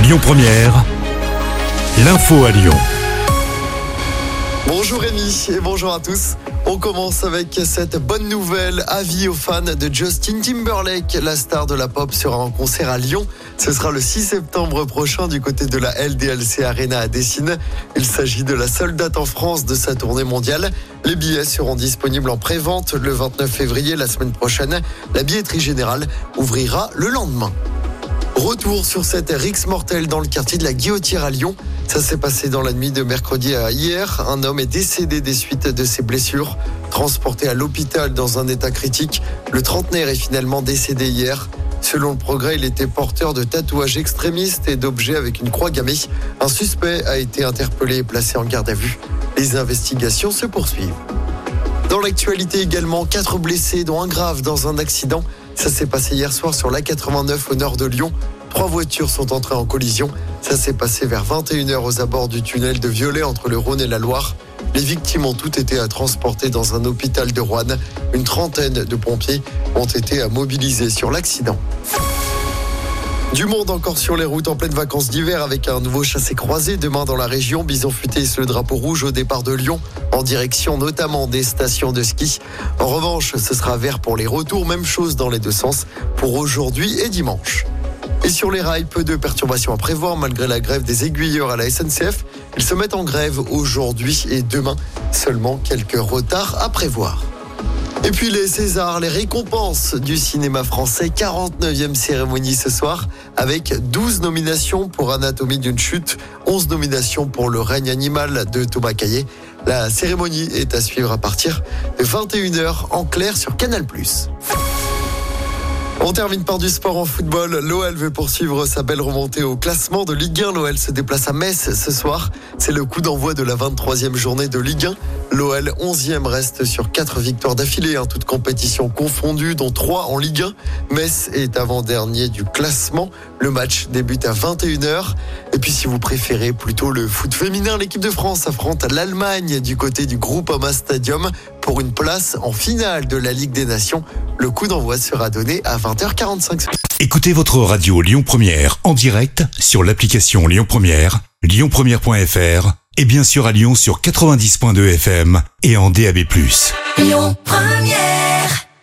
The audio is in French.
Lyon Première, l'info à Lyon. Bonjour Rémi et bonjour à tous. On commence avec cette bonne nouvelle. Avis aux fans de Justin Timberlake. La star de la pop sera en concert à Lyon. Ce sera le 6 septembre prochain du côté de la LDLC Arena à Dessines. Il s'agit de la seule date en France de sa tournée mondiale. Les billets seront disponibles en pré-vente le 29 février, la semaine prochaine. La billetterie générale ouvrira le lendemain. Retour sur cette rixe mortelle dans le quartier de la Guillotière à Lyon. Ça s'est passé dans la nuit de mercredi à hier. Un homme est décédé des suites de ses blessures. Transporté à l'hôpital dans un état critique, le trentenaire est finalement décédé hier. Selon le Progrès, il était porteur de tatouages extrémistes et d'objets avec une croix gammée. Un suspect a été interpellé et placé en garde à vue. Les investigations se poursuivent. Dans l'actualité également, 4 blessés, dont un grave dans un accident. Ça s'est passé hier soir sur l'A89 au nord de Lyon. 3 voitures sont entrées en collision. Ça s'est passé vers 21h aux abords du tunnel de Violet entre le Rhône et la Loire. Les victimes ont toutes été transportées dans un hôpital de Roanne. Une trentaine de pompiers ont été mobilisés sur l'accident. Du monde encore sur les routes en pleine vacances d'hiver avec un nouveau chassé-croisé demain dans la région. Bison futé hisse le drapeau rouge au départ de Lyon en direction notamment des stations de ski. En revanche, ce sera vert pour les retours. Même chose dans les deux sens pour aujourd'hui et dimanche. Et sur les rails, peu de perturbations à prévoir malgré la grève des aiguilleurs à la SNCF. Ils se mettent en grève aujourd'hui et demain. Seulement quelques retards à prévoir. Et puis les Césars, les récompenses du cinéma français, 49e cérémonie ce soir, avec 12 nominations pour Anatomie d'une chute, 11 nominations pour Le règne animal de Thomas Caillet. La cérémonie est à suivre à partir de 21h en clair sur Canal+. On termine par du sport en football. L'OL veut poursuivre sa belle remontée au classement de Ligue 1. L'OL se déplace à Metz ce soir. C'est le coup d'envoi de la 23e journée de Ligue 1. L'OL 11e reste sur 4 victoires d'affilée, toutes compétitions confondues, dont 3 en Ligue 1. Metz est avant-dernier du classement. Le match débute à 21h. Et puis si vous préférez plutôt le foot féminin, l'équipe de France affronte l'Allemagne du côté du Groupama Stadium pour une place en finale de la Ligue des Nations. Le coup d'envoi sera donné à 20h45. Écoutez votre radio Lyon Première en direct sur l'application Lyon Première, lyonpremière.fr et bien sûr à Lyon sur 90.2 FM et en DAB+. Lyon Première.